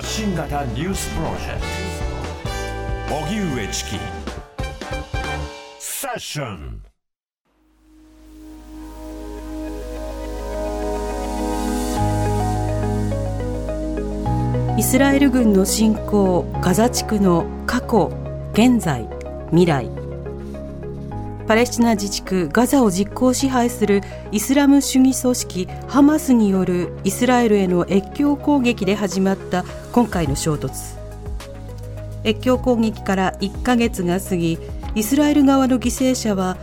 発信型ニュースプロジェクト荻上チキセッション。 イスラエル軍の侵攻、ガザ地区の過去、現在、未来。パレスチナ自治区ガザを実効支配するイスラム主義組織ハマスによるイスラエルへの越境攻撃で始まった今回の衝突。越境攻撃から1ヶ月が過ぎ、イスラエル側の犠牲者は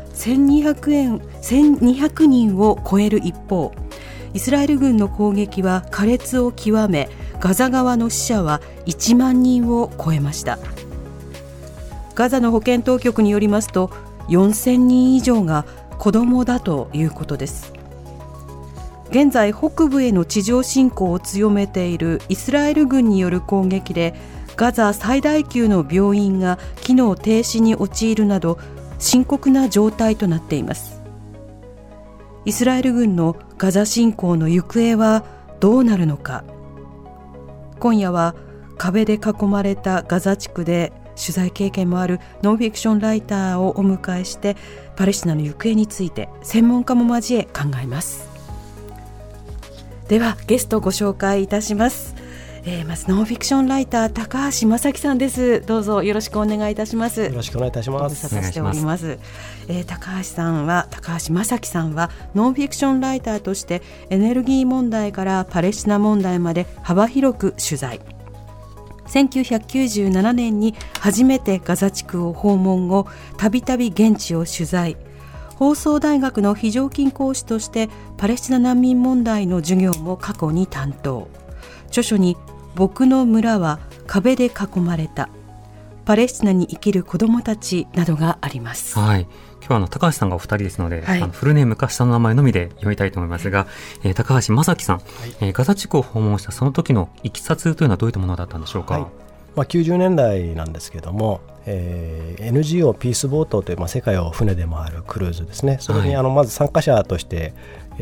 1200人を超える一方、イスラエル軍の攻撃は苛烈を極め、ガザ側の死者は1万人を超えました。ガザの保健当局によりますと、4000人以上が子どもだということです。現在北部への地上侵攻を強めているイスラエル軍による攻撃で、ガザ最大級の病院が機能停止に陥るなど深刻な状態となっています。イスラエル軍のガザ侵攻の行方はどうなるのか。今夜は壁で囲まれたガザ地区で取材経験もあるノンフィクションライターをお迎えして、パレスチナの行方について専門家も交え考えます。ではゲストをご紹介いたします。まずノンフィクションライター高橋正樹さんです。どうぞよろしくお願いいたします。 よろしくお願いいたします。 ご無沙汰しております。高橋正樹さんはノンフィクションライターとしてエネルギー問題からパレスチナ問題まで幅広く取材。1997年に初めてガザ地区を訪問後、たびたび現地を取材。放送大学の非常勤講師としてパレスチナ難民問題の授業も過去に担当。著書に僕の村は壁で囲まれた、パレスチナに生きる子どもたちなどがあります。 はい、今日は高橋さんがお二人ですので、フルネームか下の名前のみで読みたいと思いますが、高橋正樹さん、ガザ地区を訪問したその時のいきさつというのはどういったものだったんでしょうか。 90年代なんですけども、NGO ピースボートという、世界を船で回るクルーズですね。それにまず参加者として、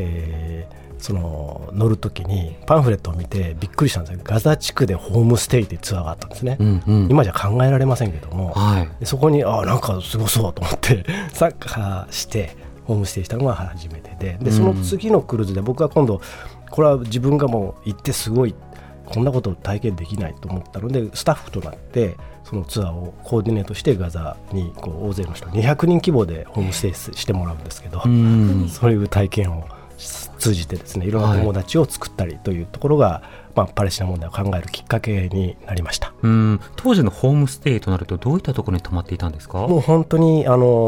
乗るときにパンフレットを見てびっくりしたんですよ。ガザ地区でホームステイというツアーがあったんですね。今じゃ考えられませんけども、そこになんかすごそうと思って参加してホームステイしたのが初めてで、その次のクルーズで僕は今度これは自分がもう行ってすごいこんなことを体験できないと思ったので、スタッフとなってそのツアーをコーディネートしてガザに大勢の人200人規模でホームステイしてもらうんですけど、そういう体験を通じてですね、いろんな友達を作ったりというところが、パレスチナ問題を考えるきっかけになりました。 当時のホームステイとなるとどういったところに泊まっていたんですか。 もう本当に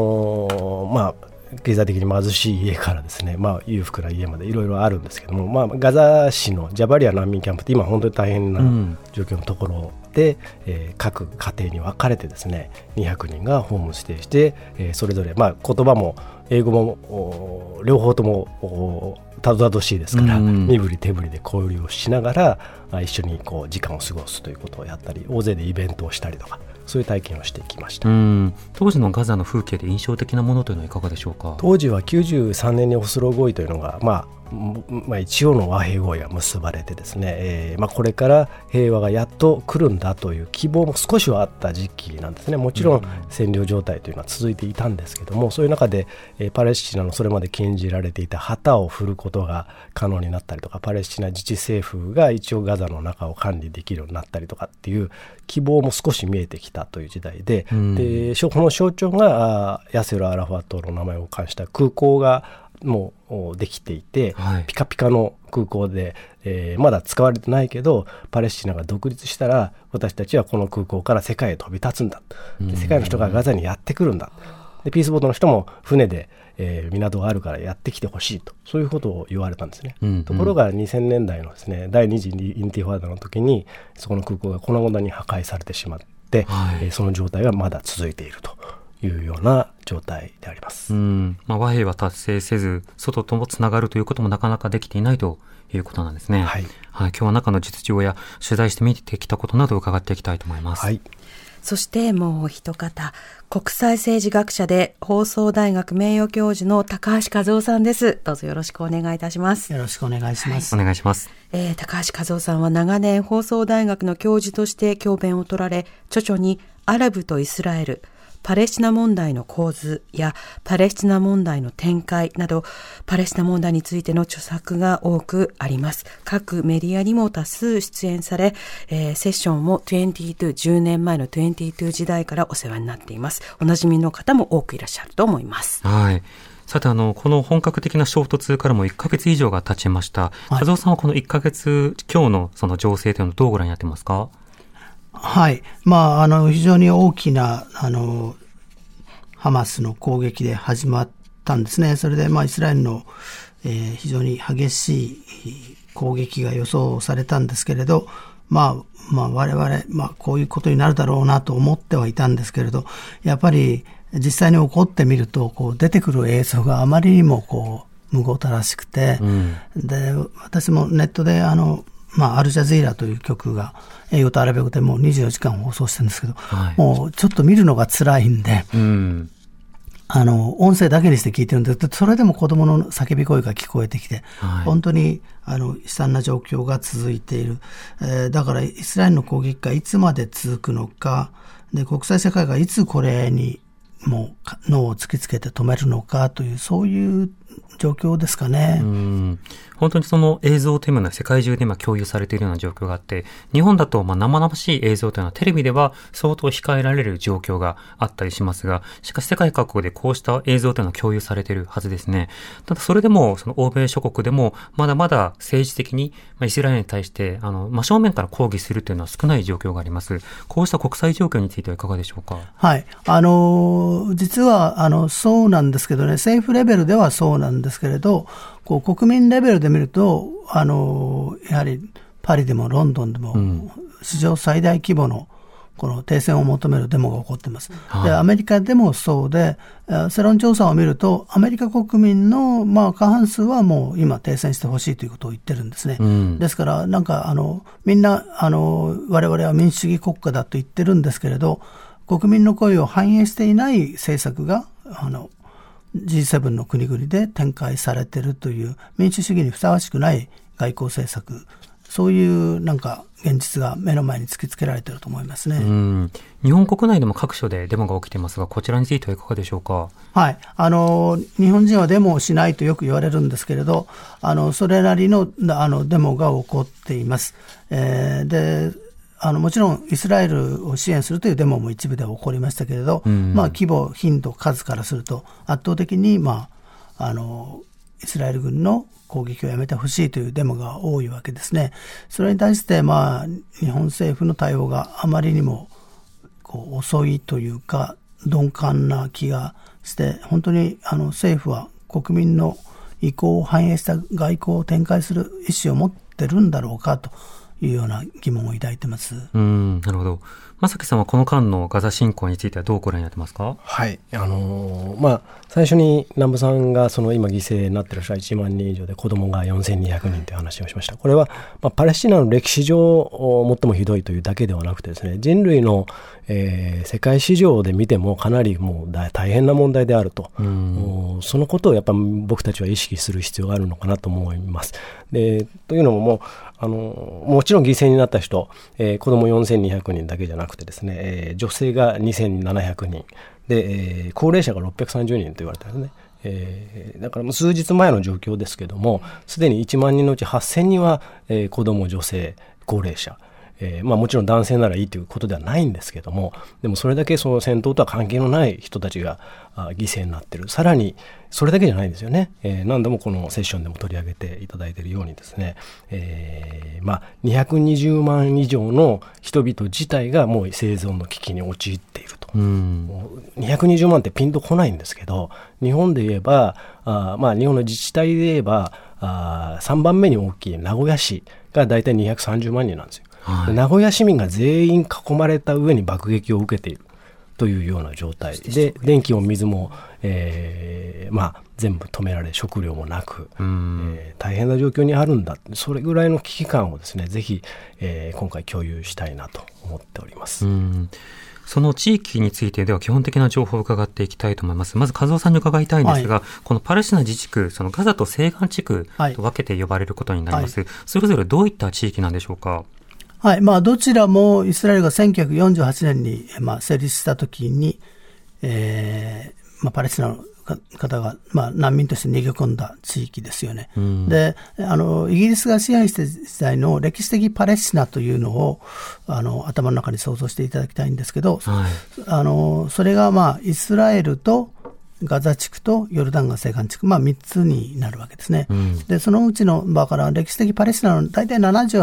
経済的に貧しい家からですね、裕福な家までいろいろあるんですけども、ガザ市のジャバリア難民キャンプって今本当に大変な状況のところで、各家庭に分かれてですね200人がホームステイして、それぞれ、言葉も英語も両方ともたどたどしいですから、身振り手振りで交流をしながら一緒に時間を過ごすということをやったり、大勢でイベントをしたりとか、そういう体験をしてきました。 当時のガザの風景で印象的なものというのはいかがでしょうか。 当時は93年にオスロ合意というのが、一応の和平合意が結ばれてですね、これから平和がやっと来るんだという希望も少しはあった時期なんですね。もちろん占領状態というのは続いていたんですけども、そういう中でパレスチナのそれまで禁じられていた旗を振ることが可能になったりとか、パレスチナ自治政府が一応ガザの中を管理できるようになったりとかっていう希望も少し見えてきたという時代で、この象徴がヤセル・アラファトの名前を冠した空港がもうできていて、ピカピカの空港で、まだ使われてないけど、パレスチナが独立したら私たちはこの空港から世界へ飛び立つんだ、世界の人がガザにやってくるんだ、でピースボートの人も船で、港があるからやってきてほしいと、そういうことを言われたんですね。ところが2000年代のですね、第二次インティファーダの時にそこの空港が粉々に破壊されてしまって、その状態がまだ続いているというような状態であります。 和平は達成せず、外ともつながるということもなかなかできていないということなんですね。今日は中の実情や取材してみてきたことなどを伺っていきたいと思います。 そしてもう一方、国際政治学者で放送大学名誉教授の高橋和夫さんです。どうぞよろしくお願いいたします。 よろしくお願いします。 お願いします。 高橋和夫さんは長年放送大学の教授として教鞭を取られ、著書にアラブとイスラエル、パレスチナ問題の構図やパレスチナ問題の展開など、パレスチナ問題についての著作が多くあります。各メディアにも多数出演され、セッションも10年前の22時代からお世話になっています。おなじみの方も多くいらっしゃると思います。 はい。さてこの本格的な衝突からも1ヶ月以上が経ちました。和夫さんはこの1ヶ月今日のその情勢というのをどうご覧になってますか？ はい。非常に大きな、ハマスの攻撃で始まったんですね。それで、イスラエルの、非常に激しい攻撃が予想されたんですけれど、我々、こういうことになるだろうなと思ってはいたんですけれど、やっぱり実際に起こってみると、出てくる映像があまりにもむごたらしくて、で、私もネットでアルジャジーラという局が英語とアラビア語でもう24時間放送してるんですけど、もうちょっと見るのが辛いんで、音声だけにして聞いてるんですけど、それでも子供の叫び声が聞こえてきて、本当に悲惨な状況が続いている。だからイスラエルの攻撃がいつまで続くのか、で、国際社会がいつこれにもう脳を突きつけて止めるのかという、そういう状況ですかね。 本当にその映像というものは世界中で今共有されているような状況があって、日本だと生々しい映像というのはテレビでは相当控えられる状況があったりしますが、しかし世界各国でこうした映像というのは共有されているはずですね。ただそれでもその欧米諸国でもまだまだ政治的にイスラエルに対して真正面から抗議するというのは少ない状況があります。こうした国際状況についてはいかがでしょうか？ はい。実はそうなんですけどね、政府レベルではそうなんですけれど、国民レベルで見ると、やはりパリでもロンドンでも史上最大規模のこの停戦を求めるデモが起こっています。で、アメリカでもそうで、世論調査を見るとアメリカ国民の過半数はもう今停戦してほしいということを言ってるんですね。ですからみんな我々は民主主義国家だと言ってるんですけれど、国民の声を反映していない政策がG7 の国々で展開されているという民主主義にふさわしくない外交政策、そういう現実が目の前に突きつけられていると思いますね。 日本国内でも各所でデモが起きていますが、こちらについてはいかがでしょうか？ はい。日本人はデモをしないとよく言われるんですけれど、それなりのデモが起こっています。で、もちろんイスラエルを支援するというデモも一部では起こりましたけれど、規模、頻度、数からすると圧倒的に、イスラエル軍の攻撃をやめてほしいというデモが多いわけですね。それに対して、日本政府の対応があまりにも遅いというか、鈍感な気がして、本当に政府は国民の意向を反映した外交を展開する意思を持ってるんだろうかというような疑問を抱いてます。 なるほど。正木さんはこの間のガザ侵攻についてはどうご覧になってますか？ はい。最初に南部さんが今犠牲になっている人は1万人以上で子供が4200人という話をしました。これは、パレスチナの歴史上最もひどいというだけではなくてですね、人類の、世界史上で見てもかなりもう大変な問題であると、そのことをやっぱ僕たちは意識する必要があるのかなと思います。で、というのももちろん犠牲になった人、子供4200人だけじゃなくてですね、女性が2700人で、高齢者が630人と言われてるんですね。だからもう数日前の状況ですけども、すでに1万人のうち8000人は、子供、女性、高齢者、もちろん男性ならいいということではないんですけども、でもそれだけその戦闘とは関係のない人たちが犠牲になっている。さらにそれだけじゃないんですよね。何度もこのセッションでも取り上げていただいているようにですね、220万以上の人々自体がもう生存の危機に陥っていると。220万ってピンとこないんですけど、日本で言えば日本の自治体で言えば3番目に大きい名古屋市がだいたい230万人なんですよ。名古屋市民が全員囲まれた上に爆撃を受けているというような状態で、電気も水も、全部止められ、食料もなく、大変な状況にあるんだ。それぐらいの危機感をですね、ぜひ、今回共有したいなと思っております。 その地域についてでは基本的な情報を伺っていきたいと思います。まず和夫さんに伺いたいんですが、このパレスチナ自治区、そのガザと西岸地区と分けて呼ばれることになります。それぞれどういった地域なんでしょうか。 はい。どちらもイスラエルが1948年に、成立したときに、パレスチナの方が、難民として逃げ込んだ地域ですよね。で、イギリスが支配した時代の歴史的パレスチナというのを、頭の中に想像していただきたいんですけど、それが、イスラエルとガザ地区とヨルダン川西岸地区、3つになるわけですね。で、そのうちの、だから歴史的パレスチナの大体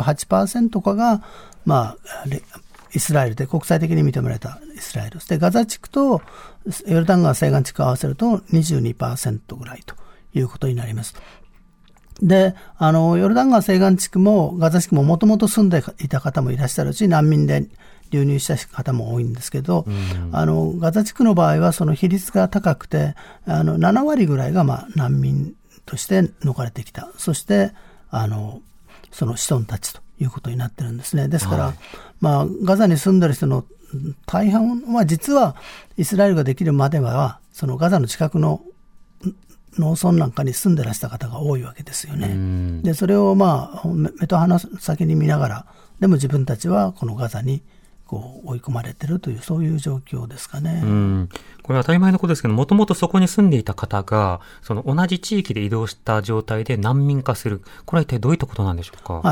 78% かが、イスラエルで国際的に認められたイスラエル。で、ガザ地区とヨルダン川西岸地区を合わせると 22% ぐらいということになります。で、ヨルダン川西岸地区もガザ地区ももともと住んでいた方もいらっしゃるし、難民で流入した方も多いんですけど、ガザ地区の場合はその比率が高くて、7割ぐらいが難民として逃れてきた。そして、その子孫たちということになってるんですね。ですから、ガザに住んでる人の大半は実はイスラエルができるまでは、そのガザの近くの農村なんかに住んでらした方が多いわけですよね。で、それを目と鼻先に見ながら、でも自分たちはこのガザに追い込まれているという、そういう状況ですかね。 これは当たり前のことですけど、もともとそこに住んでいた方が、その同じ地域で移動した状態で難民化する。これは一体どういったことなんでしょうか。 はい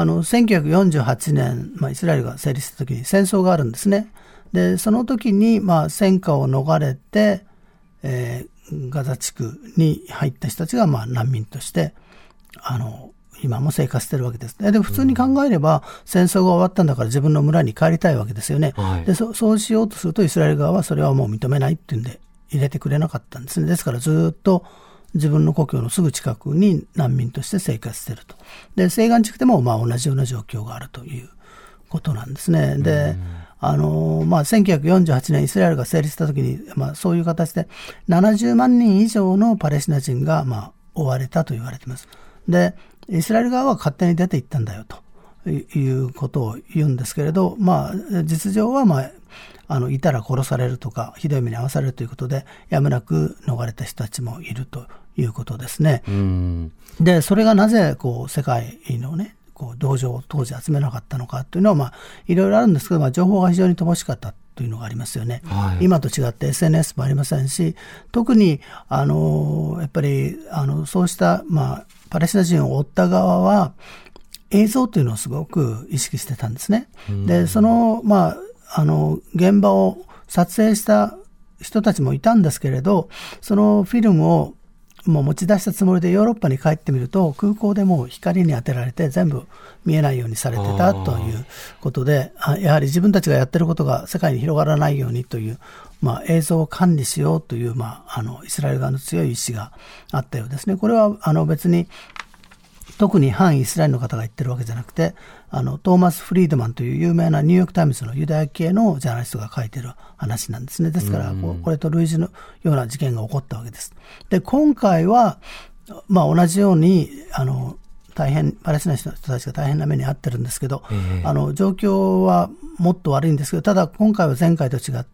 。1948年、イスラエルが成立した時に戦争があるんですね。で、その時に、戦火を逃れて、ガザ地区に入った人たちが、難民として、今も生活してるわけです。で、普通に考えれば、戦争が終わったんだから自分の村に帰りたいわけですよね。で、そうしようとすると、イスラエル側はそれはもう認めないっていうんで、入れてくれなかったんですね。ですからずっと自分の故郷のすぐ近くに難民として生活していると。で、西岸地区でも同じような状況があるということなんですね。で、1948年イスラエルが成立した時に、そういう形で70万人以上のパレスチナ人が、追われたと言われています。で、イスラエル側は勝手に出て行ったんだよということを言うんですけれど、実情は、いたら殺されるとか、ひどい目に遭わされるということで、やむなく逃れた人たちもいるということですね。で、それがなぜ、世界のね、同情を当時集めなかったのかというのは、いろいろあるんですけど、情報が非常に乏しかったというのがありますよね。今と違って SNS もありませんし、特に、やっぱり、そうした、パレスチナ人を追った側は映像というのをすごく意識してたんですね。で、その、現場を撮影した人たちもいたんですけれど、そのフィルムをもう持ち出したつもりでヨーロッパに帰ってみると、空港でもう光に当てられて全部見えないようにされてたということで、やはり自分たちがやってることが世界に広がらないようにという、映像を管理しようという、イスラエル側の強い意志があったようですね。これは別に特に反イスラエルの方が言ってるわけじゃなくて、トーマス・フリードマンという有名なニューヨークタイムズのユダヤ系のジャーナリストが書いてる話なんですね。ですから、これと類似のような事件が起こったわけです。で、今回は、同じように、大変、パレスチナの人たちが大変な目に遭ってるんですけど、状況はもっと悪いんですけど、ただ今回は前回と違って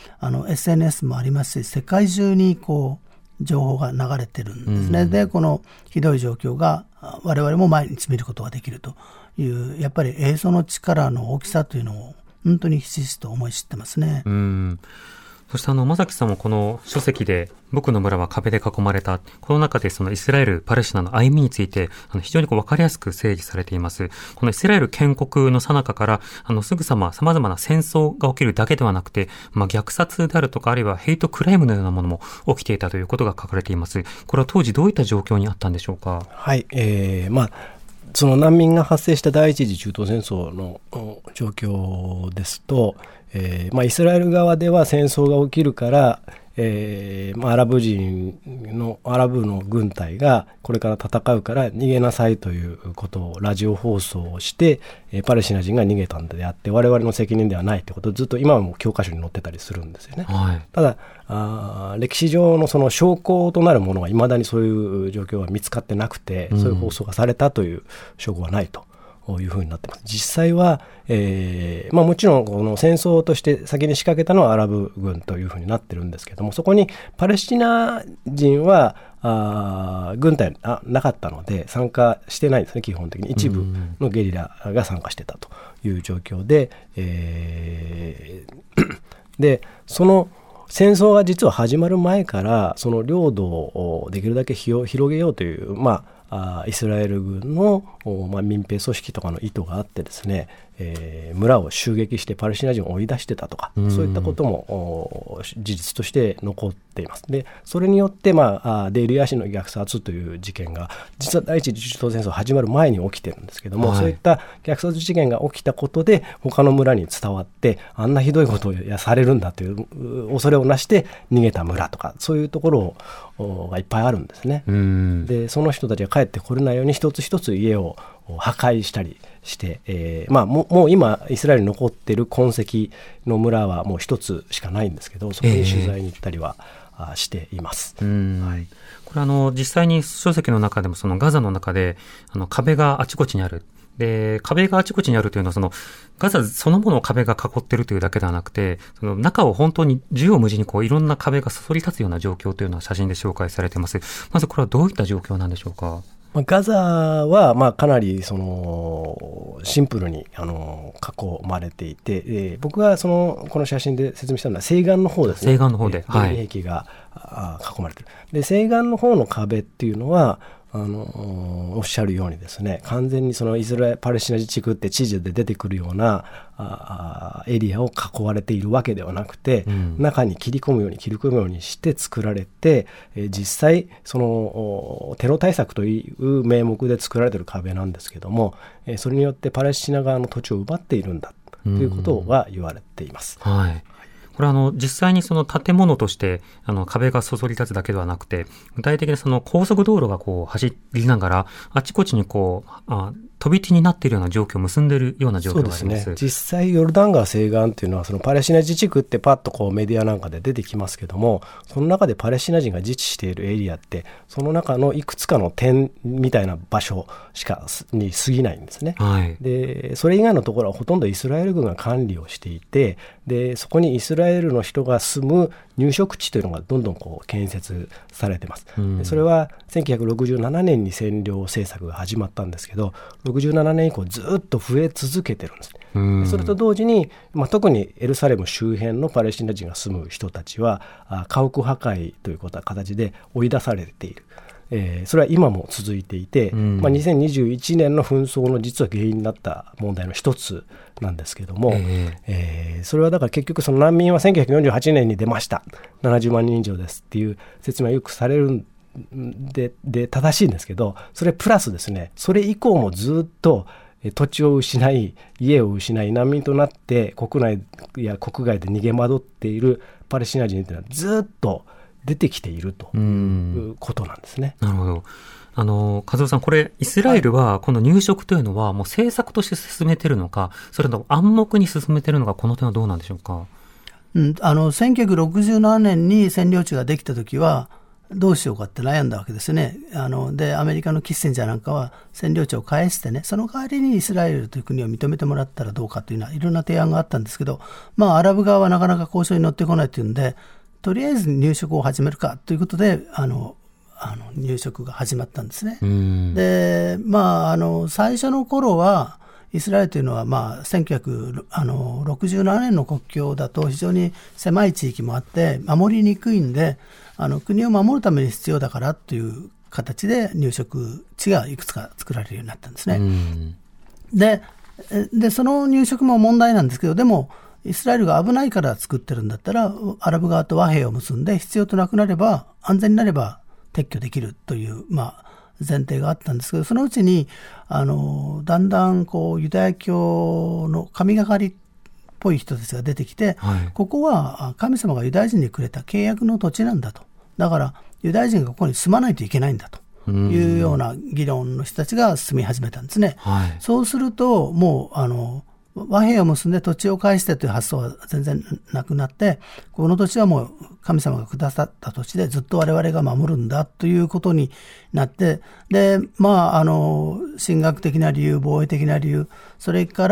、SNS もありますし、世界中に情報が流れてるんですね。で、このひどい状況が我々も毎日見ることができるという、やっぱり映像の力の大きさというのを本当にひしひしと思い知ってますね。 そして正木さんもこの書籍で僕の村は壁で囲まれた。この中でそのイスラエル・パレスチナの歩みについて非常に分かりやすく整理されています。このイスラエル建国の最中からすぐさま様々な戦争が起きるだけではなくて、虐殺であるとかあるいはヘイトクライムのようなものも起きていたということが書かれています。これは当時どういった状況にあったんでしょうか。 はい、その難民が発生した第一次中東戦争の状況ですと、イスラエル側では戦争が起きるから、アラブの軍隊がこれから戦うから逃げなさいということをラジオ放送をして、パレスチナ人が逃げたんであって我々の責任ではないということをずっと今はもう教科書に載ってたりするんですよね。ただ歴史上のその証拠となるものがいまだにそういう状況は見つかってなくて、そういう放送がされたという証拠はないというふうになっています。実際は、もちろんこの戦争として先に仕掛けたのはアラブ軍というふうになってるんですけども、そこにパレスチナ人は軍隊なかったので参加してないんですね。基本的に一部のゲリラが参加してたという状況で、でその戦争が実は始まる前からその領土をできるだけ広げようという、イスラエル軍の、民兵組織とかの意図があってですね、村を襲撃してパレスチナ人を追い出してたとか、そういったことも事実として残っています。でそれによって、デイル・ヤシの虐殺という事件が実は第一次中東戦争始まる前に起きてるんですけども、そういった虐殺事件が起きたことで他の村に伝わって、あんなひどいことをされるんだという恐れをなして逃げた村とか、そういうところがいっぱいあるんですね。でその人たちが帰ってこれないように一つ一つ家を破壊したりして、もう今イスラエルに残っている痕跡の村はもう一つしかないんですけど、そこに取材に行ったりは、しています。これ実際に書籍の中でもそのガザの中で壁があちこちにある。で壁があちこちにあるというのはそのガザそのものを壁が囲っているというだけではなくて、その中を本当に縦横無尽にいろんな壁がそそり立つような状況というのは写真で紹介されています。まずこれはどういった状況なんでしょうか。 ガザはかなりそのシンプルに囲まれていて、僕がこの写真で説明したのは西岸の方ですね。 西岸の方で、 壁が囲まれている。で西岸の方の壁っていうのはおっしゃるようにですね、完全にそのパレスチナ自治区って地図で出てくるようなエリアを囲われているわけではなくて、中に切り込むようにして作られて、実際そのテロ対策という名目で作られている壁なんですけども、それによってパレスチナ側の土地を奪っているんだということが言われています。 これは実際にその建物として壁がそそり立つだけではなくて、具体的にその高速道路が走りながらあちこちに飛び地になっているような状況を結んでいるような状況があります。 そうですね。実際ヨルダン川西岸っていうのはそのパレスチナ自治区ってパッとメディアなんかで出てきますけども、その中でパレスチナ人が自治しているエリアってその中のいくつかの点みたいな場所に過ぎないんですね。でそれ以外のところはほとんどイスラエル軍が管理をしていて、でそこにイスラエルの人が住む入植地というのがどんどん建設されています。それは1967年に占領政策が始まったんですけど、67年以降ずっと増え続けてるんです。それと同時に、特にエルサレム周辺のパレスチナ人が住む人たちは家屋破壊という形で追い出されている。それは今も続いていて、2021年の紛争の実は原因になった問題の一つなんですけども、それはだから結局その難民は1948年に出ました、70万人以上ですっていう説明はよくされるんで正しいんですけど、それプラスですね、それ以降もずっと土地を失い家を失い難民となって国内や国外で逃げ惑っているパレスチナ人というのはずっと出てきているということなんですね。 なるほど。和夫さん、これイスラエルはこの入植というのはもう政策として進めているのか、それとも暗黙に進めているのか、この点はどうなんでしょうか。 1967年に占領地ができたときはどうしようかって悩んだわけですよね。でアメリカのキッセンジャーなんかは占領地を返してね、その代わりにイスラエルという国を認めてもらったらどうかというのはいろんな提案があったんですけど、アラブ側はなかなか交渉に乗ってこないというんで、とりあえず入植を始めるかということで入植が始まったんですね。で最初の頃はイスラエルというのは1967年の国境だと非常に狭い地域もあって守りにくいんで、国を守るために必要だからという形で入植地がいくつか作られるようになったんですね。でその入植も問題なんですけど、でもイスラエルが危ないから作ってるんだったらアラブ側と和平を結んで必要となくなれば安全になれば撤去できるという前提があったんですけど、そのうちにだんだんユダヤ教の神がかりっぽい人たちが出てきて、ここは神様がユダヤ人にくれた契約の土地なんだと、だからユダヤ人がここに住まないといけないんだというような議論の人たちが進み始めたんですね。そうするともう和平を結んで土地を返してという発想は全然なくなって、この土地はもう神様がくださった土地でずっと我々が守るんだということになって、で、神学的な理由、防衛的な理由、それから、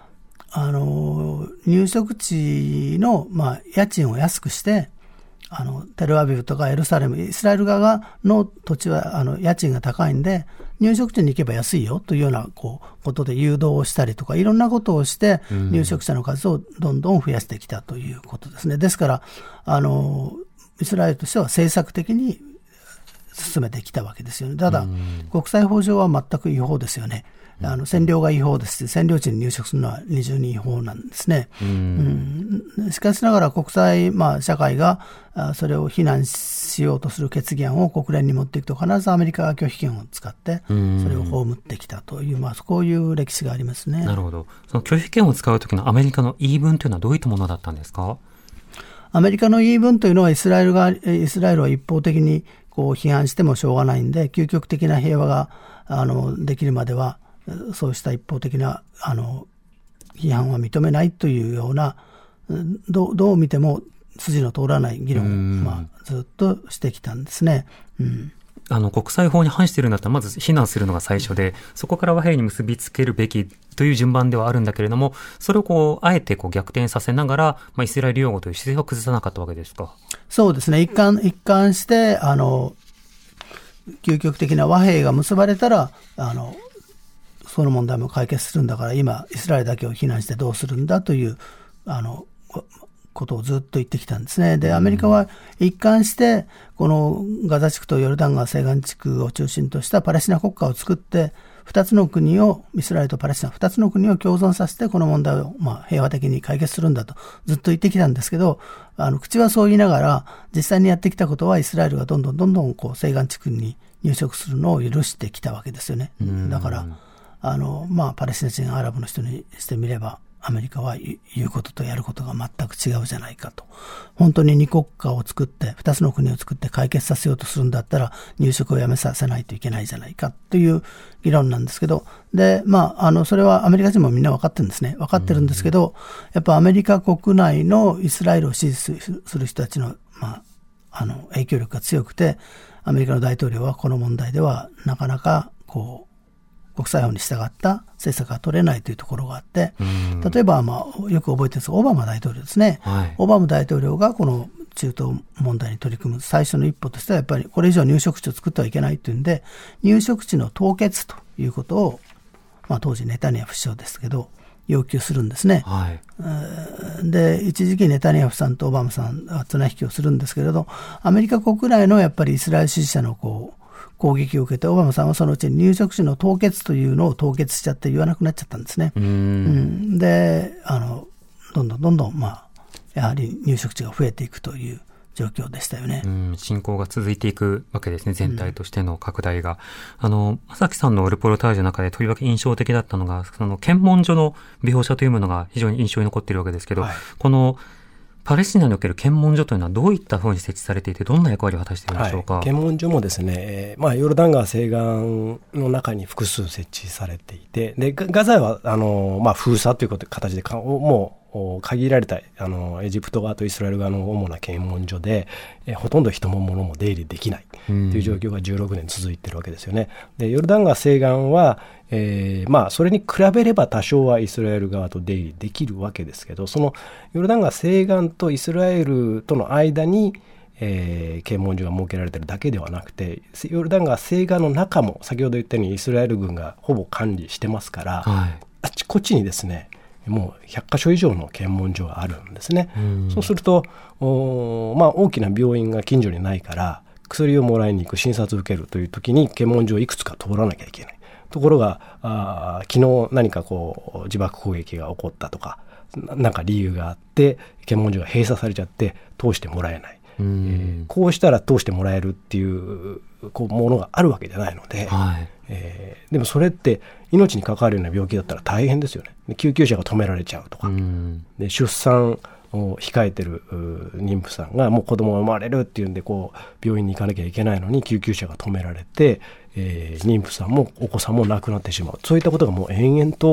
入植地の、家賃を安くして、テルアビブとかエルサレム、イスラエル側の土地は家賃が高いんで、入植地に行けば安いよというようなことで誘導をしたりとか、いろんなことをして入植者の数をどんどん増やしてきたということですね。ですからイスラエルとしては政策的に進めてきたわけですよね。ただ国際法上は全く違法ですよね。占領が違法ですし、占領地に入植するのは二重に違法なんですね。しかしながら国際、社会がそれを非難しようとする決議案を国連に持っていくと、必ずアメリカが拒否権を使ってそれを葬ってきたという、こういう歴史がありますね。 なるほど。その拒否権を使うときのアメリカの言い分というのはどういったものだったんですか？ アメリカの言い分というのはイスラエルは一方的に批判してもしょうがないんで、究極的な平和ができるまではそうした一方的な批判は認めないというような、どう見ても筋の通らない議論を、ずっとしてきたんですね。 国際法に反しているんだったらまず非難するのが最初で、そこから和平に結びつけるべきという順番ではあるんだけれども、それをあえて逆転させながら、イスラエル擁護という姿勢を崩さなかったわけですか？そうですね。 一貫して究極的な和平が結ばれたらその問題も解決するんだから、今イスラエルだけを非難してどうするんだということをずっと言ってきたんですね。で、アメリカは一貫してこのガザ地区とヨルダン川西岸地区を中心としたパレスチナ国家を作って、2つの国を、イスラエルとパレスチナ2つの国を共存させてこの問題を平和的に解決するんだとずっと言ってきたんですけど、口はそう言いながら実際にやってきたことは、イスラエルがどんどん西岸地区に入植するのを許してきたわけですよね。だからパレスチナ人アラブの人にしてみれば、アメリカは言うこととやることが全く違うじゃないかと。本当に2国家を作って、2つの国を作って解決させようとするんだったら、入植をやめさせないといけないじゃないかという議論なんですけど、で、それはアメリカ人もみんな分かってるんですね。分かってるんですけど、やっぱアメリカ国内のイスラエルを支持する人たちの、影響力が強くて、アメリカの大統領はこの問題ではなかなか国際法に従った政策が取れないというところがあって、例えば、よく覚えてるんですが、オバマ大統領ですね。オバマ大統領がこの中東問題に取り組む最初の一歩としては、やっぱりこれ以上入植地を作ってはいけないというんで、入植地の凍結ということを、当時ネタニヤフ首相ですけど要求するんですね。で、一時期ネタニヤフさんとオバマさんは綱引きをするんですけれど、アメリカ国内のやっぱりイスラエル支持者の攻撃を受けて、オバマさんはそのうちに入植地の凍結というのを凍結しちゃって言わなくなっちゃったんですね。で、どんどんやはり入植地が増えていくという状況でしたよね。 進行が続いていくわけですね。全体としての拡大が。正木さんのルポルタージュの中でとりわけ印象的だったのが、その検問所の描写というものが非常に印象に残っているわけですけど、このパレスチナにおける検問所というのはどういったふうに設置されていて、どんな役割を果たしているんでしょうか？ 検問所もですね、ヨルダン川西岸の中に複数設置されていて、でガザは封鎖という形でもう限られたエジプト側とイスラエル側の主な検問所で、ほとんど人も物も出入りできないという状況が16年続いているわけですよね。でヨルダン川西岸はそれに比べれば多少はイスラエル側と出入りできるわけですけど、そのヨルダン川西岸とイスラエルとの間に、検問所が設けられているだけではなくて、ヨルダン川西岸の中も先ほど言ったようにイスラエル軍がほぼ管理してますから、あちこちにですねもう100カ所以上の検問所があるんですね。そうすると大きな病院が近所にないから薬をもらいに行く、診察を受けるという時に検問所をいくつか通らなきゃいけない。ところが昨日何か自爆攻撃が起こったとか、なんか理由があって検問所が閉鎖されちゃって通してもらえない。こうしたら通してもらえるっていうものがあるわけじゃないので、でもそれって命に関わるような病気だったら大変ですよね。で救急車が止められちゃうとか、で出産を控えてる妊婦さんがもう子供が生まれるっていうんで病院に行かなきゃいけないのに救急車が止められて、妊婦さんもお子さんも亡くなってしまう、そういったことがもう延々と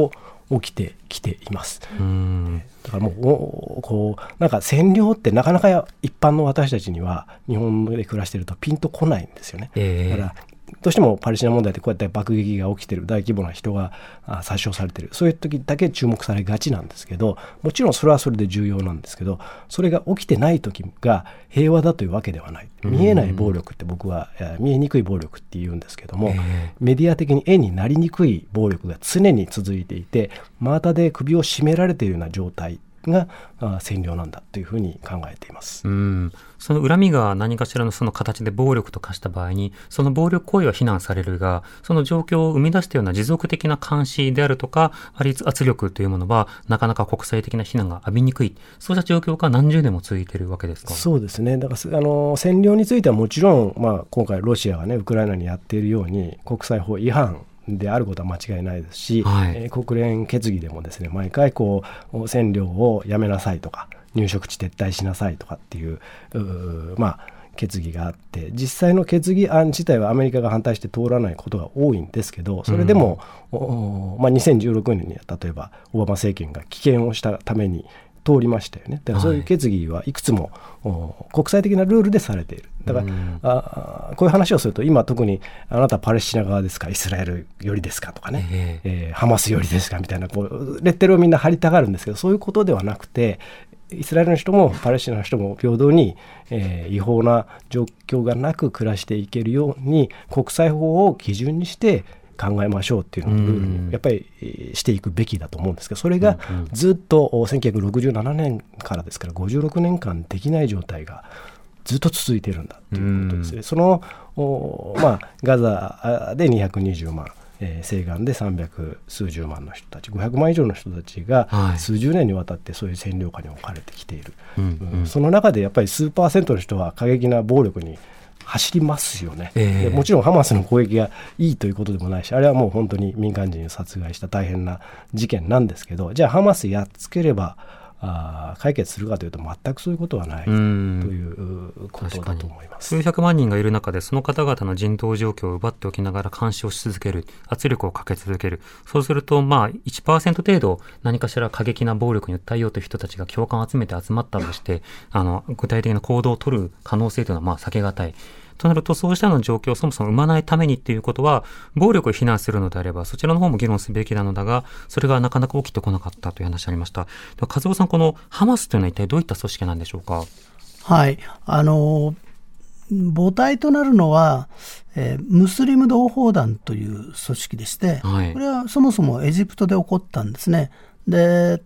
起きてきています。だからもうこうなんか占領ってなかなか一般の私たちには日本で暮らしているとピンとこないんですよね。だからどうしてもパレスチナ問題でこうやって爆撃が起きている、大規模な人が殺傷されている、そういう時だけ注目されがちなんですけど、もちろんそれはそれで重要なんですけど、それが起きてない時が平和だというわけではない。見えない暴力って僕は見えにくい暴力って言うんですけども、メディア的に絵になりにくい暴力が常に続いていて、真綿で首を絞められているような状態が占領なんだというふうに考えています。 その恨みが何かしらのその形で暴力と化した場合に、その暴力行為は非難されるが、その状況を生み出したような持続的な監視であるとか圧力というものはなかなか国際的な非難が浴びにくい、そうした状況が何十年も続いているわけですか。 そうですね。だから占領についてはもちろん、今回ロシアがねウクライナにやっているように国際法違反であることは間違いないですし、国連決議でもですね、毎回占領をやめなさいとか入植地撤退しなさいとかっていう決議があって、実際の決議案自体はアメリカが反対して通らないことが多いんですけど、それでも、2016年には例えばオバマ政権が棄権をしたために通りましたよね。だからそういう決議はいくつも国際的なルールでされている。だからこういう話をすると、今特にあなたパレスチナ側ですか、イスラエル寄りですかとかね、ハマス寄りですかみたいなレッテルをみんな貼りたがるんですけど、そういうことではなくて、イスラエルの人もパレスチナの人も平等に、違法な状況がなく暮らしていけるように国際法を基準にして考えましょうっていうのをルールにやっぱりしていくべきだと思うんですけど、それがずっと1967年からですから56年間できない状態がずっと続いているんだということですね。そのガザで220万、西岸で300数十万の人たち、500万以上の人たちが数十年にわたってそういう占領下に置かれてきている、その中でやっぱり数%の人は過激な暴力に走りますよね。でもちろんハマスの攻撃がいいということでもないし、あれはもう本当に民間人を殺害した大変な事件なんですけど、じゃあハマスやっつければ解決するかというと全くそういうことはないということだと思います。 数百万人がいる中でその方々の人道状況を奪っておきながら監視をし続ける、圧力をかけ続ける。そうすると1% 程度何かしら過激な暴力に訴えようという人たちが共感を集めて集まったとして具体的な行動を取る可能性というのは避けがたいとなると、そうしたの状況をそもそも生まないためにっていうことは、暴力を非難するのであればそちらの方も議論すべきなのだが、それがなかなか起きてこなかったという話ありました。和夫さん、このハマスというのは一体どういった組織なんでしょうか。 はい、母体となるのは、ムスリム同胞団という組織でして、これはそもそもエジプトで起こったんですね。で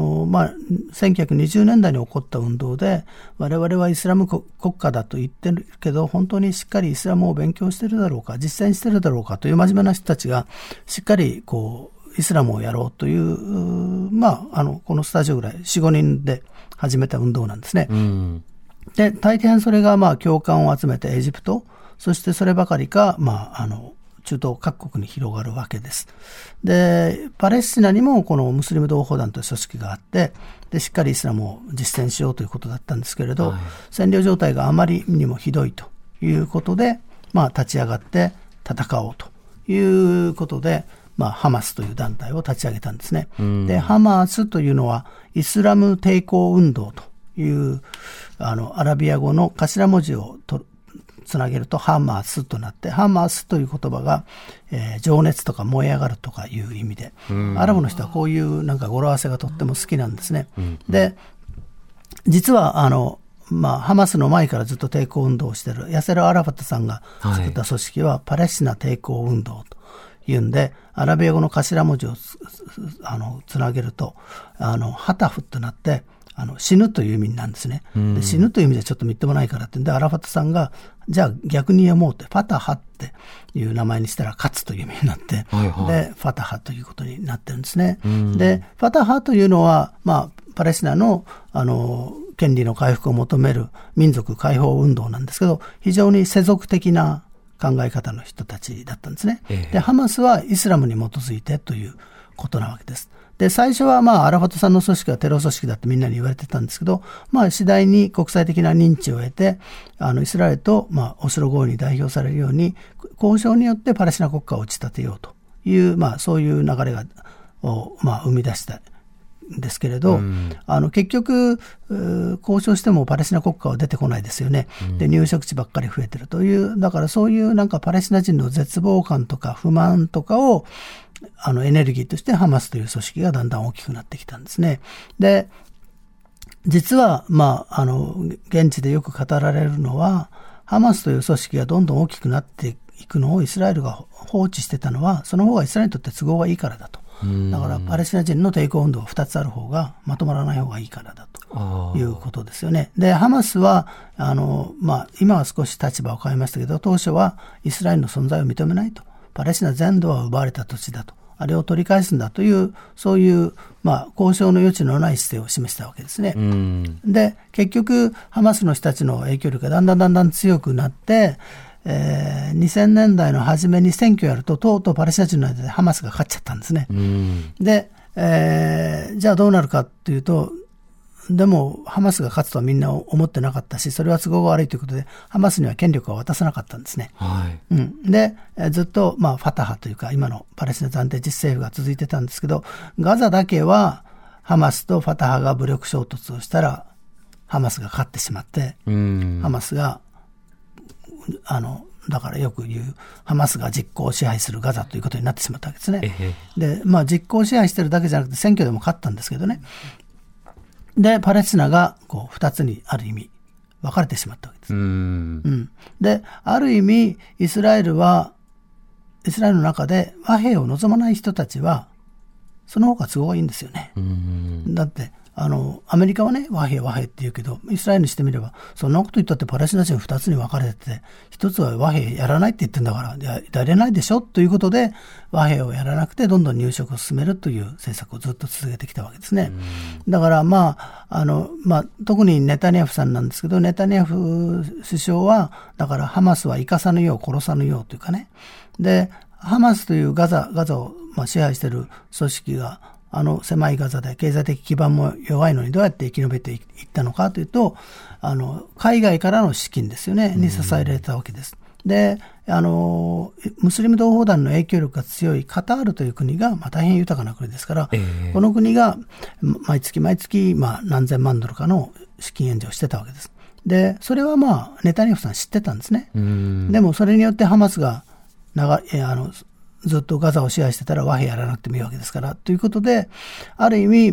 1920年代に起こった運動で、我々はイスラム国家だと言ってるけど、本当にしっかりイスラムを勉強してるだろうか、実践してるだろうかという真面目な人たちがしっかりイスラムをやろうという、このスタジオぐらい 4,5 人で始めた運動なんですね。で大変それが共感を集めてエジプト、そしてそればかりか、中東各国に広がるわけです。でパレスチナにもこのムスリム同胞団という組織があって、でしっかりイスラムを実践しようということだったんですけれど、占領状態があまりにもひどいということで、立ち上がって戦おうということで、ハマスという団体を立ち上げたんですね。でハマスというのはイスラム抵抗運動というアラビア語の頭文字をつなげるとハマスとなって、ハマスという言葉が、情熱とか燃え上がるとかいう意味で、アラブの人はこういう語呂合わせがとっても好きなんですね。で実はハマスの前からずっと抵抗運動をしているヤセル・アラファトさんが作った組織はパレスチナ抵抗運動というんで、アラビア語の頭文字をつなげるとハタフとなって死ぬという意味なんですね。で死ぬという意味じゃちょっとみっともないからってんで、アラファトさんがじゃあ逆に読もうって、ファタハっていう名前にしたら勝つという意味になって、でファタハということになってるんですね。でファタハというのは、パレスチナの権利の回復を求める民族解放運動なんですけど、非常に世俗的な考え方の人たちだったんですね。でハマスはイスラムに基づいてということなわけです。で最初はアラファトさんの組織はテロ組織だってみんなに言われてたんですけど、次第に国際的な認知を得て、イスラエルと、オスロ合意に代表されるように交渉によってパレスチナ国家を打ち立てようという、そういう流れがを、生み出したですけれど、結局交渉してもパレスチナ国家は出てこないですよね。で入植地ばっかり増えてるという、だからそういうなんかパレスチナ人の絶望感とか不満とかをエネルギーとしてハマスという組織がだんだん大きくなってきたんですね。で実は現地でよく語られるのは、ハマスという組織がどんどん大きくなっていくのをイスラエルが放置してたのは、その方がイスラエルにとって都合がいいからだと。だからパレスチナ人の抵抗運動が2つある方がまとまらない方がいいからだということですよね。でハマスは今は少し立場を変えましたけど、当初はイスラエルの存在を認めないと。パレスチナ全土は奪われた土地だと、あれを取り返すんだという、そういう交渉の余地のない姿勢を示したわけですね。で結局ハマスの人たちの影響力がだんだん強くなって、2000年代の初めに選挙やると、とうとうパレスチナ人の間でハマスが勝っちゃったんですね。で、じゃあどうなるかっていうと、でもハマスが勝つとはみんな思ってなかったし、それは都合が悪いということでハマスには権力を渡さなかったんですね。でずっとファタハというか今のパレスチナ暫定自治政府が続いてたんですけど、ガザだけはハマスとファタハが武力衝突をしたらハマスが勝ってしまって、ハマスがだからよく言うハマスが実効支配するガザということになってしまったわけですね。で実効支配してるだけじゃなくて選挙でも勝ったんですけどね。でパレスチナが2つにある意味分かれてしまったわけです。である意味イスラエルの中で和平を望まない人たちはその方が都合がいいんですよね。だってアメリカはね和平って言うけど、イスラエルにしてみればそんなこと言ったってパレスチナ人2つに分かれてて、1つは和平やらないって言ってんだからやれないでしょということで、和平をやらなくてどんどん入植を進めるという政策をずっと続けてきたわけですね。だから特にネタニヤフさんなんですけど、ネタニヤフ首相はだからハマスは生かさぬよう殺さぬようというかね。でハマスというガザを支配している組織が狭いガザで経済的基盤も弱いのにどうやって生き延びていったのかというと、海外からの資金ですよねに支えられたわけです。でムスリム同胞団の影響力が強いカタールという国が大変豊かな国ですから、この国が毎月何千万ドルかの資金援助をしてたわけです。でそれはネタニヤフさん知ってたんですね。でもそれによってハマスがずっとガザを支配してたら和平やらなくてもいいわけですからということで、ある意味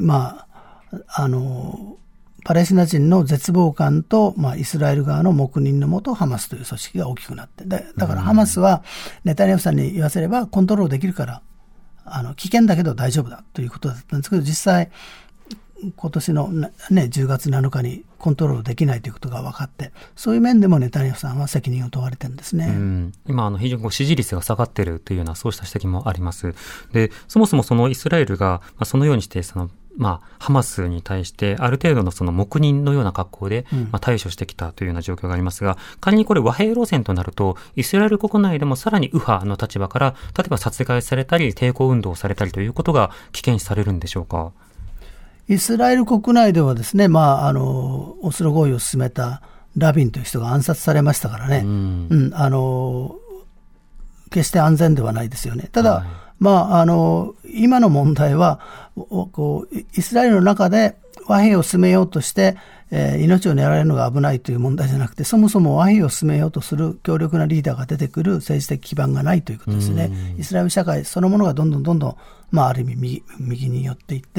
パレスチナ人の絶望感と、イスラエル側の黙認のもとハマスという組織が大きくなって、だからハマスはネタニヤフさんに言わせればコントロールできるから危険だけど大丈夫だということだったんですけど、実際今年の、10月7日にコントロールできないということが分かって、そういう面でもネタニヤフさんは責任を問われてるんですね。 今非常に支持率が下がっているというようなそうした指摘もあります。でそもそもそのイスラエルが、そのようにしてハマスに対してある程度のその黙認のような格好で、対処してきたというような状況がありますが、仮にこれ和平路線となるとイスラエル国内でもさらに右派の立場から例えば殺害されたり抵抗運動をされたりということが危険視されるんでしょうか。 イスラエル国内ではですね、オスロ合意を進めたラビンという人が暗殺されましたからね、決して安全ではないですよね。ただ、今の問題はイスラエルの中で和平を進めようとして命を狙われるのが危ないという問題じゃなくて、そもそも和平を進めようとする強力なリーダーが出てくる政治的基盤がないということですね。イスラエル社会そのものがどんどんある意味右に寄っていって、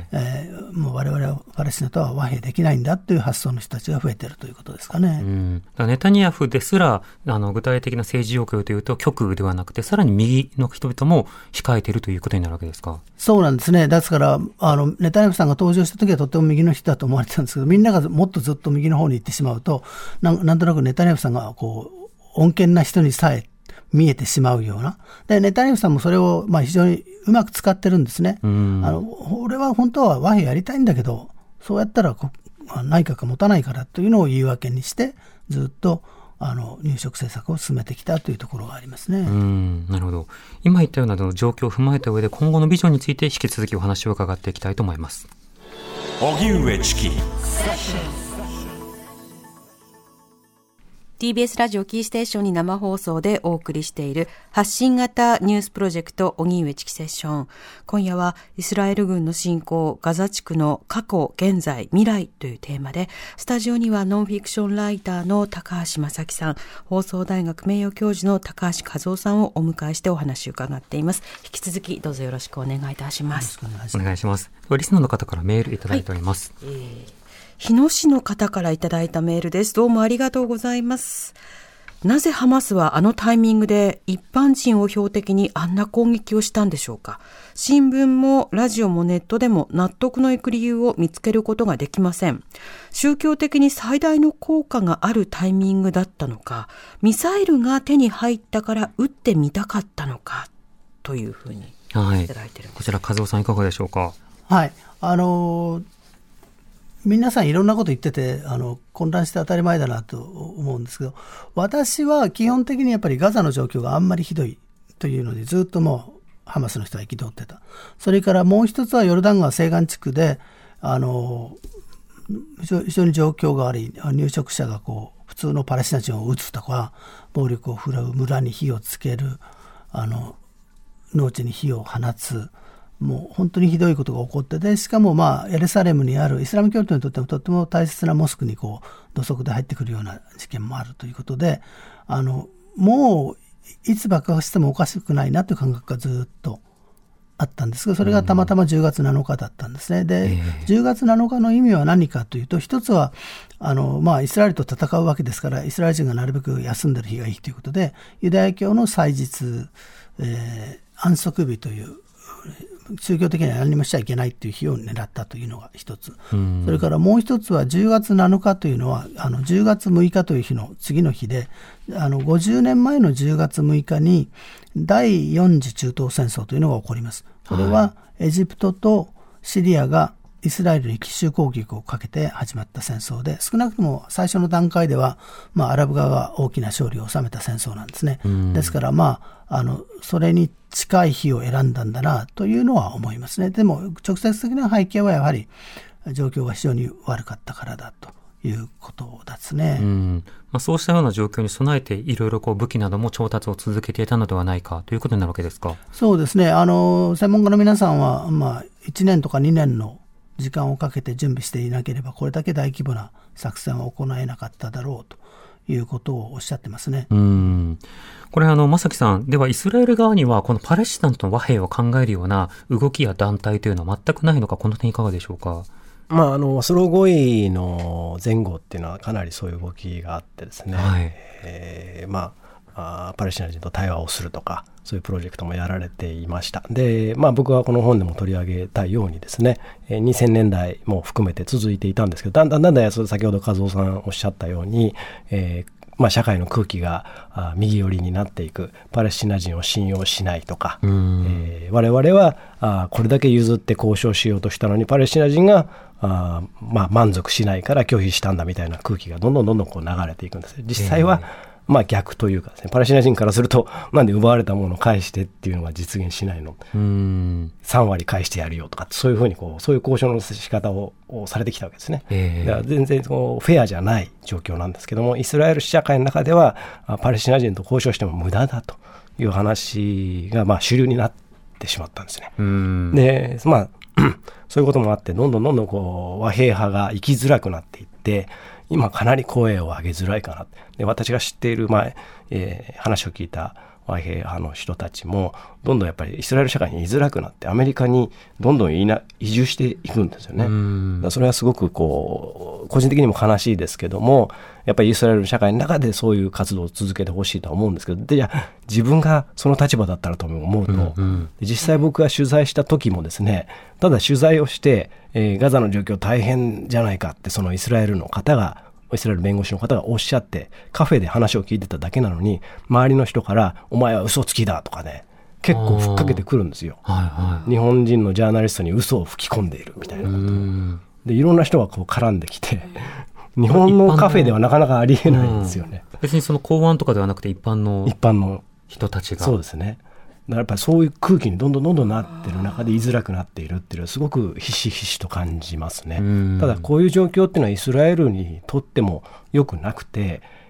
もう我々はパレスチナとは和平できないんだという発想の人たちが増えているということですかね。 ネタニヤフですら具体的な政治要求というと極右ではなくてさらに右の人々も控えているということになるわけですか。 そうなんですね。ですからネタニヤフさんが登場した時はとても右の人だと思われてたんですけど、みんながもっとずっと右の方に行ってしまうとなんとなくネタニヤフさんが穏健な人にさえ見えてしまうような。でネタニヤフさんもそれを非常にうまく使ってるんですね。俺は本当は和平やりたいんだけど、そうやったら内閣が持たないからというのを言い訳にしてずっと入植政策を進めてきたというところがありますね。 なるほど。今言ったような状況を踏まえた上で今後のビジョンについて引き続きお話を伺っていきたいと思います。 荻上チキ TBS ラジオキーステーションに生放送でお送りしている発信型ニュースプロジェクト荻上チキセッション。今夜はイスラエル軍の侵攻、ガザ地区の過去、現在、未来というテーマで、スタジオにはノンフィクションライターの高橋正樹さん、放送大学名誉教授の高橋和夫さんをお迎えしてお話を伺っています。引き続きどうぞよろしくお願いいたします。 お願いします。リスナーの方からメールいただいております。 日野市の方からいただいたメールです。どうもありがとうございます。なぜハマスはあのタイミングで一般人を標的にあんな攻撃をしたんでしょうか。新聞もラジオもネットでも納得のいく理由を見つけることができません。宗教的に最大の効果があるタイミングだったのか、ミサイルが手に入ったから撃ってみたかったのかというふうにいただいてるんです。 こちら和夫さんいかがでしょうか。 はい、皆さんいろんなこと言ってて混乱して当たり前だなと思うんですけど、私は基本的にやっぱりガザの状況があんまりひどいというのでずっともうハマスの人は憤ってた。それからもう一つはヨルダン川西岸地区で非常に状況が悪い入植者が普通のパレスチナ人を撃つとか暴力を振るう、村に火をつける、農地に火を放つ、もう本当にひどいことが起こってて、しかもエルサレムにあるイスラム教徒にとってもとても大切なモスクに土足で入ってくるような事件もあるということで、もういつ爆破してもおかしくないなという感覚がずっとあったんですが、それがたまたま10月7日だったんですね。で、10月7日の意味は何かというと、一つはイスラエルと戦うわけですから、イスラエル人がなるべく休んでる日がいいということで、ユダヤ教の祭日、安息日という宗教的には何もしちゃいけないという日を狙ったというのが一つ。それからもう一つは10月7日というのは10月6日という日の次の日で、50年前の10月6日に第4次中東戦争というのが起こります。これはエジプトとシリアがイスラエルに奇襲攻撃をかけて始まった戦争で、少なくとも最初の段階では、アラブ側が大きな勝利を収めた戦争なんですね。ですからそれに近い日を選んだんだなというのは思いますね。でも直接的な背景はやはり状況が非常に悪かったからだということですね。 そうしたような状況に備えていろいろ武器なども調達を続けていたのではないかということになるわけですか。 そうですね。専門家の皆さんは、1年とか2年の時間をかけて準備していなければこれだけ大規模な作戦は行えなかっただろうということをおっしゃってますね。 これ正樹さん、ではイスラエル側にはこのパレスチナとの和平を考えるような動きや団体というのは全くないのか、この点いかがでしょうか。 オスロ合意の前後っていうのはかなりそういう動きがあってですね、パレスチナ人と対話をするとかそういうプロジェクトもやられていました。で、僕はこの本でも取り上げたようにですね、2000年代も含めて続いていたんですけど、だんだん先ほど和夫さんおっしゃったように、社会の空気が右寄りになっていく、パレスチナ人を信用しないとか、我々はこれだけ譲って交渉しようとしたのにパレスチナ人が満足しないから拒否したんだみたいな空気がどんどん流れていくんです。実際は逆というかですね、パレスチナ人からするとなんで奪われたものを返してっていうのが実現しないの、3割返してやるよとか、そういうふうにそういう交渉の仕方をされてきたわけですね。だから全然フェアじゃない状況なんですけども、イスラエル社会の中ではパレスチナ人と交渉しても無駄だという話が主流になってしまったんですね。で、そういうこともあってどんどん和平派が生きづらくなっていって、今かなり声を上げづらいかな。で、私が知っている話を聞いた和平派の人たちもどんどんやっぱりイスラエル社会に居づらくなってアメリカにどんどん移住していくんですよね。だからそれはすごく個人的にも悲しいですけども、やっぱりイスラエル社会の中でそういう活動を続けてほしいとは思うんですけど、で、じゃあ自分がその立場だったらと思うと、実際僕が取材した時もですね、ただ取材をして、ガザの状況大変じゃないかってそのイスラエル弁護士の方がおっしゃってカフェで話を聞いてただけなのに、周りの人からお前は嘘つきだとかね、結構ふっかけてくるんですよ。日本人のジャーナリストに嘘を吹き込んでいるみたいなことで、いろんな人が絡んできて、日本のカフェではなかなかありえないんですよね。 別にその公安とかではなくて一般の人たちが。 そうですね。だからやっぱりそういう空気にどんどんなってる中で居づらくなっているっていうのはすごくひしひしと感じますね。ただこういう状況っていうのはイスラエルにとっても良くなくて、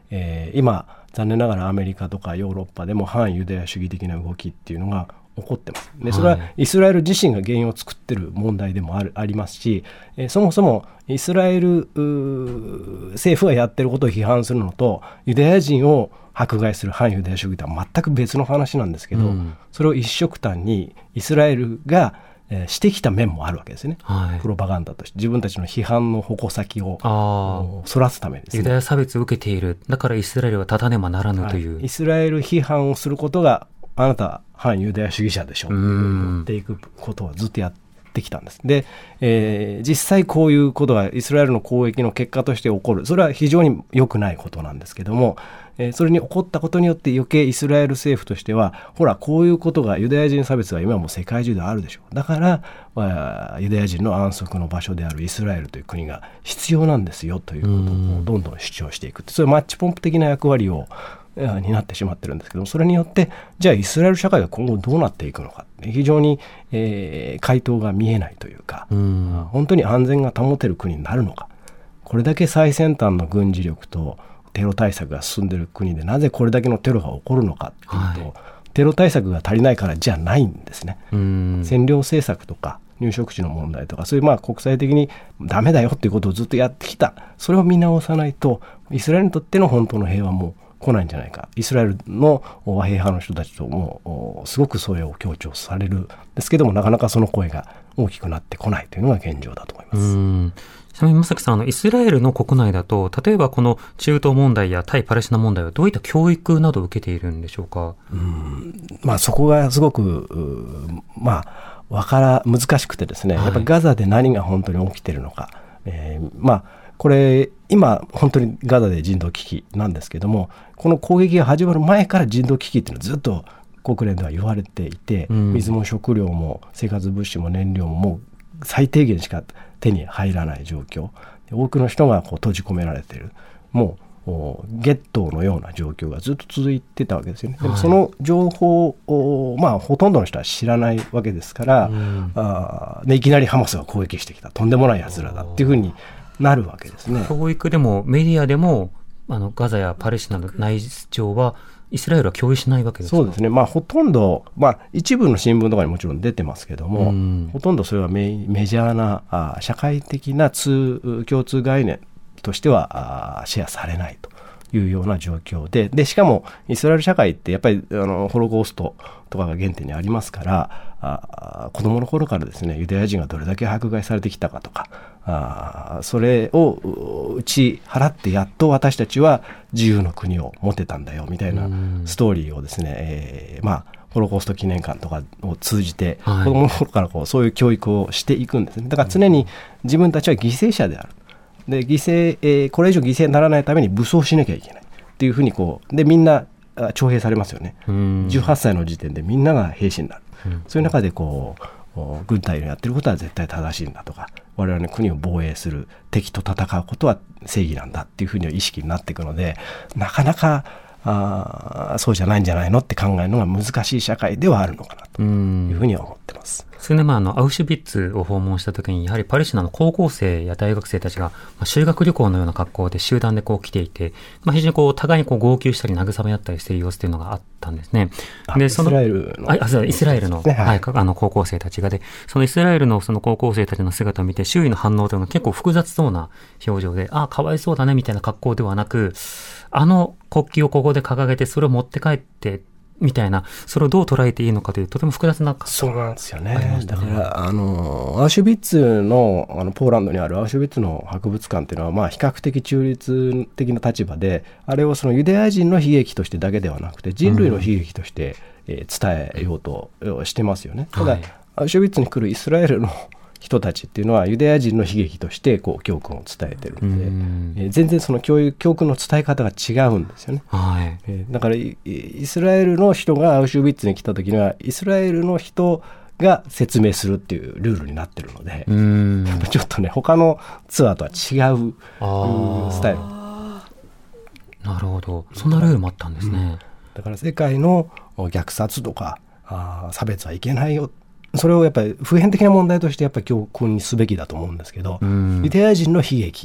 今残念ながらアメリカとかヨーロッパでも反ユダヤ主義的な動きっていうのが起こってます。でそれはイスラエル自身が原因を作ってる問題でもありますし、そもそもイスラエル政府がやってることを批判するのとユダヤ人を迫害する反ユダヤ主義とは全く別の話なんですけど、それを一緒くたにイスラエルがしてきた面もあるわけですね、プロパガンダとして自分たちの批判の矛先をそらすためですね。 ユダヤ差別を受けている、だからイスラエルは立たねばならぬという、 イスラエル批判をすることがあなた反ユダヤ主義者でしょと言っていくことはずっとやってきたんです。で、実際こういうことがイスラエルの攻撃の結果として起こる、それは非常に良くないことなんですけども、それに起こったことによって余計イスラエル政府としてはほらこういうことがユダヤ人差別が今も世界中であるでしょう、だからユダヤ人の安息の場所であるイスラエルという国が必要なんですよということをどんどん主張していく、そういうマッチポンプ的な役割をになってしまってるんですけども、それによってじゃあイスラエル社会が今後どうなっていくのか、非常に、回答が見えないというか、本当に安全が保てる国になるのか、これだけ最先端の軍事力とテロ対策が進んでいる国でなぜこれだけのテロが起こるのかっていうと、テロ対策が足りないからじゃないんですね。占領政策とか入植地の問題とかそういう国際的にダメだよっていうことをずっとやってきた、それを見直さないとイスラエルにとっての本当の平和も来ないんじゃないか。イスラエルの和平派の人たちともすごくそれを強調されるんですけども、なかなかその声が大きくなってこないというのが現状だと思います。 ちなみに正木さん、イスラエルの国内だと例えばこの中東問題や対パレスチナ問題はどういった教育などを受けているんでしょうか。 そこがすごく難しくてですね、やっぱガザで何が本当に起きているのか、これ今本当にガザで人道危機なんですけども、この攻撃が始まる前から人道危機っていうのはずっと国連では言われていて、水も食料も生活物資も燃料ももう最低限しか手に入らない状況、多くの人が閉じ込められている、もうゲットーのような状況がずっと続いてたわけですよね。でもその情報を、ほとんどの人は知らないわけですから、いきなりハマスが攻撃してきた、とんでもないやつらだっていうふうになるわけですね。 教育でもメディアでもガザやパレスチナの内情はイスラエルは共有しないわけですか。 そうですね、ほとんど、一部の新聞とかにもちろん出てますけども、ほとんどそれはメジャーな社会的な共通概念としてはシェアされないというような状況で、しかもイスラエル社会ってやっぱりホロコーストとかが原点にありますから、子どもの頃からですねユダヤ人がどれだけ迫害されてきたかとか、それを打ち払ってやっと私たちは自由の国を持てたんだよみたいなストーリーをですね、ホロコースト記念館とかを通じて、子どもの頃からそういう教育をしていくんですね。だから常に自分たちは犠牲者である、でこれ以上犠牲にならないために武装しなきゃいけないっていうふうにでみんな徴兵されますよね。18歳の時点でみんなが兵士になる、そういう中で軍隊のやってることは絶対正しいんだとか、我々の国を防衛する敵と戦うことは正義なんだっていうふうに意識になっていくので、なかなかそうじゃないんじゃないのって考えるのが難しい社会ではあるのかなというふうには思ってます。 数年前アウシュビッツを訪問した時にやはりパレスチナの高校生や大学生たちが修学旅行のような格好で集団で来ていて、非常に互いに号泣したり慰め合ったりしている様子というのがあったんですね。でイスラエルの、高校生たちがそのイスラエルのその高校生たちの姿を見て周囲の反応というのが結構複雑そうな表情で、かわいそうだねみたいな格好ではなく、国旗をここで掲げてそれを持って帰ってみたいな、それをどう捉えていいのかというとても複雑な格好がありましたね。 だからアウシュビッツの、ポーランドにあるアウシュビッツの博物館っていうのは比較的中立的な立場で、あれをそのユダヤ人の悲劇としてだけではなくて人類の悲劇として、伝えようとしてますよね。ただ、アウシュビッツに来るイスラエルの人たちっていうのはユダヤ人の悲劇として教訓を伝えてるので、全然その教訓の伝え方が違うんですよね。だからイスラエルの人がアウシュビッツに来た時にはイスラエルの人が説明するっていうルールになってるので、やっぱちょっとね他のツアーとは違うスタイル。 なるほど、そんなルールもあったんですね。 だから世界の虐殺とか差別はいけないよ、それをやっぱり普遍的な問題としてやっぱり教訓にすべきだと思うんですけど、ユダヤ人の悲劇、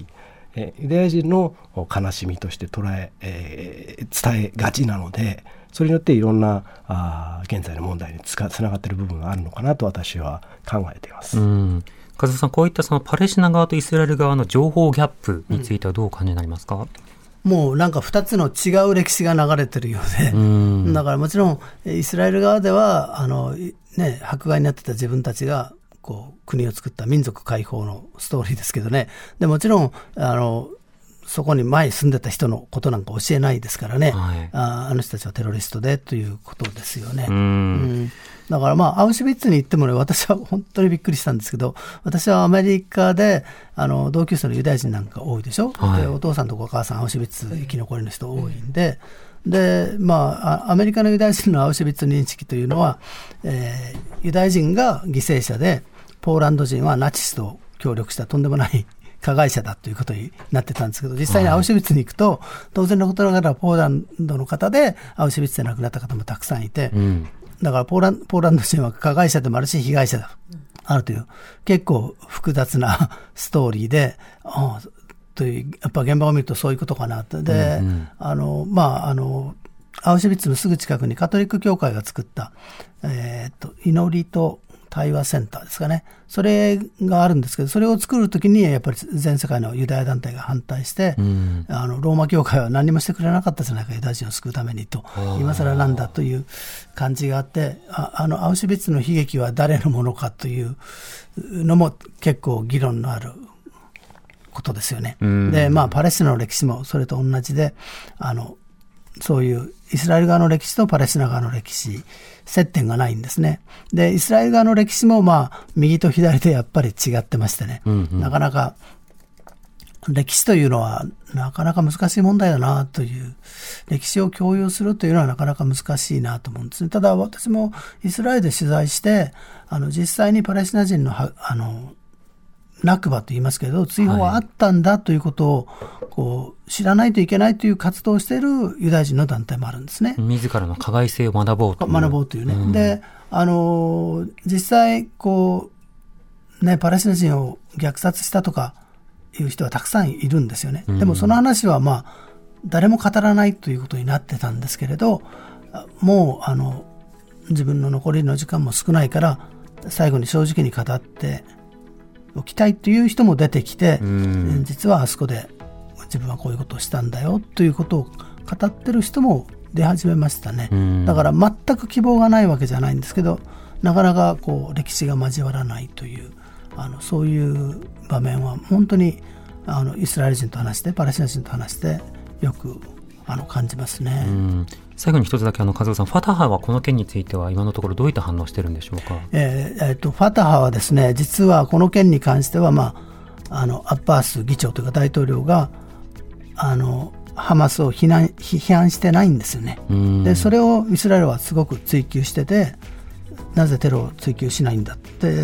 ユダヤ人の悲しみとして伝えがちなので、それによっていろんな現在の問題につながっている部分があるのかなと私は考えています。 和夫さん、こういったそのパレスチナ側とイスラエル側の情報ギャップについてはどうお感じになりますか？ もうなんか2つの違う歴史が流れてるようで、だからもちろんイスラエル側では迫害になってた自分たちがこう国を作った民族解放のストーリーですけどね。でもちろんそこに前住んでた人のことなんか教えないですからね、あの人たちはテロリストでということですよね。だからアウシュビッツに行ってもね、私は本当にびっくりしたんですけど、私はアメリカで同級生のユダヤ人なんか多いでしょ、でお父さんとお母さんアウシュビッツ生き残りの人多いんで、アメリカのユダヤ人のアウシュビッツ認識というのは、ユダヤ人が犠牲者でポーランド人はナチスと協力したとんでもない加害者だということになってたんですけど、実際にアウシュビッツに行くと、当然のことながらポーランドの方でアウシュビッツで亡くなった方もたくさんいて、だからポーランド人は加害者でもあるし被害者でもあるという結構複雑なストーリーで、というやっぱ現場を見るとそういうことかなと。で、アウシュビッツのすぐ近くにカトリック教会が作った、祈りと対話センターですかね、それがあるんですけど、それを作るときにやっぱり全世界のユダヤ団体が反対して、ローマ教会は何もしてくれなかったじゃないか、ユダヤ人を救うためにと、今更なんだという感じがあって、アウシュビッツの悲劇は誰のものかというのも結構議論のあることですよね。で、パレスチナの歴史もそれと同じで、そういうイスラエル側の歴史とパレスチナ側の歴史、接点がないんですね。で、イスラエル側の歴史も右と左でやっぱり違ってましてね、なかなか歴史というのはなかなか難しい問題だなという、歴史を共有するというのはなかなか難しいなと思うんですね。ただ私もイスラエルで取材して、実際にパレスチナ人のナクバと言いますけど、追放はあったんだということをこう知らないといけないという活動をしているユダヤ人の団体もあるんですね。 自らの加害性を学ぼうというね。で、実際パレスチナ人を虐殺したとかいう人はたくさんいるんですよね。でもその話は誰も語らないということになってたんですけれど、もう自分の残りの時間も少ないから最後に正直に語っておきたいという人も出てきて、実はあそこで自分はこういうことをしたんだよということを語ってる人も出始めましたね。だから全く希望がないわけじゃないんですけど、なかなか歴史が交わらないというそういう場面は本当にイスラエル人と話してパレスチナ人と話してよく感じますね。 最後に一つだけ和夫さん、ファタハはこの件については今のところどういった反応をしているんでしょうか？ ファタハはですね、実はこの件に関しては、アッバース議長というか大統領がハマスを批判してないんですよね。でそれをイスラエルはすごく追及してて、なぜテロを追及しないんだって、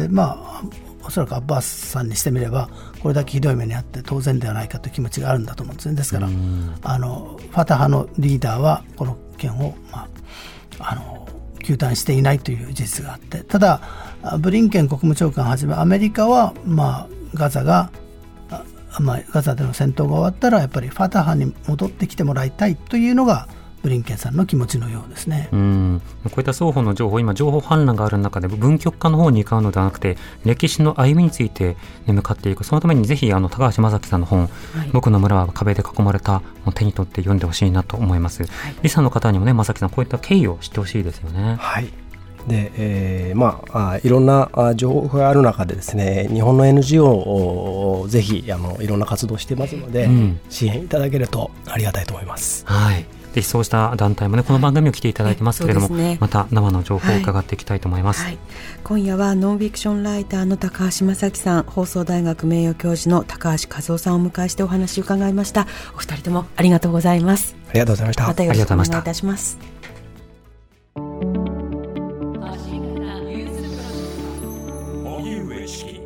おそらくアッバースさんにしてみればこれだけひどい目にあって当然ではないかという気持ちがあるんだと思うんですね。ですからファタハのリーダーはこの件を、糾弾していないという事実があって、ただブリンケン国務長官はじめアメリカは、ガザでの戦闘が終わったらやっぱりファタハに戻ってきてもらいたいというのがブリンケンさんの気持ちのようですね。 こういった双方の情報、今情報氾濫がある中で分極化の方に向かうのではなくて、歴史の歩みについて向かっていく。そのためにぜひ高橋正樹さんの本、僕の村は壁で囲まれたを手に取って読んでほしいなと思います。リサの方にもね、正樹さんこういった経緯を知ってほしいですよね。 はい。で、いろんな情報がある中でですね、日本の NGO をぜひいろんな活動をしていますので、支援いただけるとありがたいと思います。 はい。ぜひそうした団体もね、この番組を来ていただいてますけれども、また生の情報を伺っていきたいと思います。 今夜はノンフィクションライターの高橋正樹さん、放送大学名誉教授の高橋和夫さんをお迎えしてお話を伺いました。お二人ともありがとうございます。 ありがとうございました。 またよろしくお願いいたします。 荻上チキ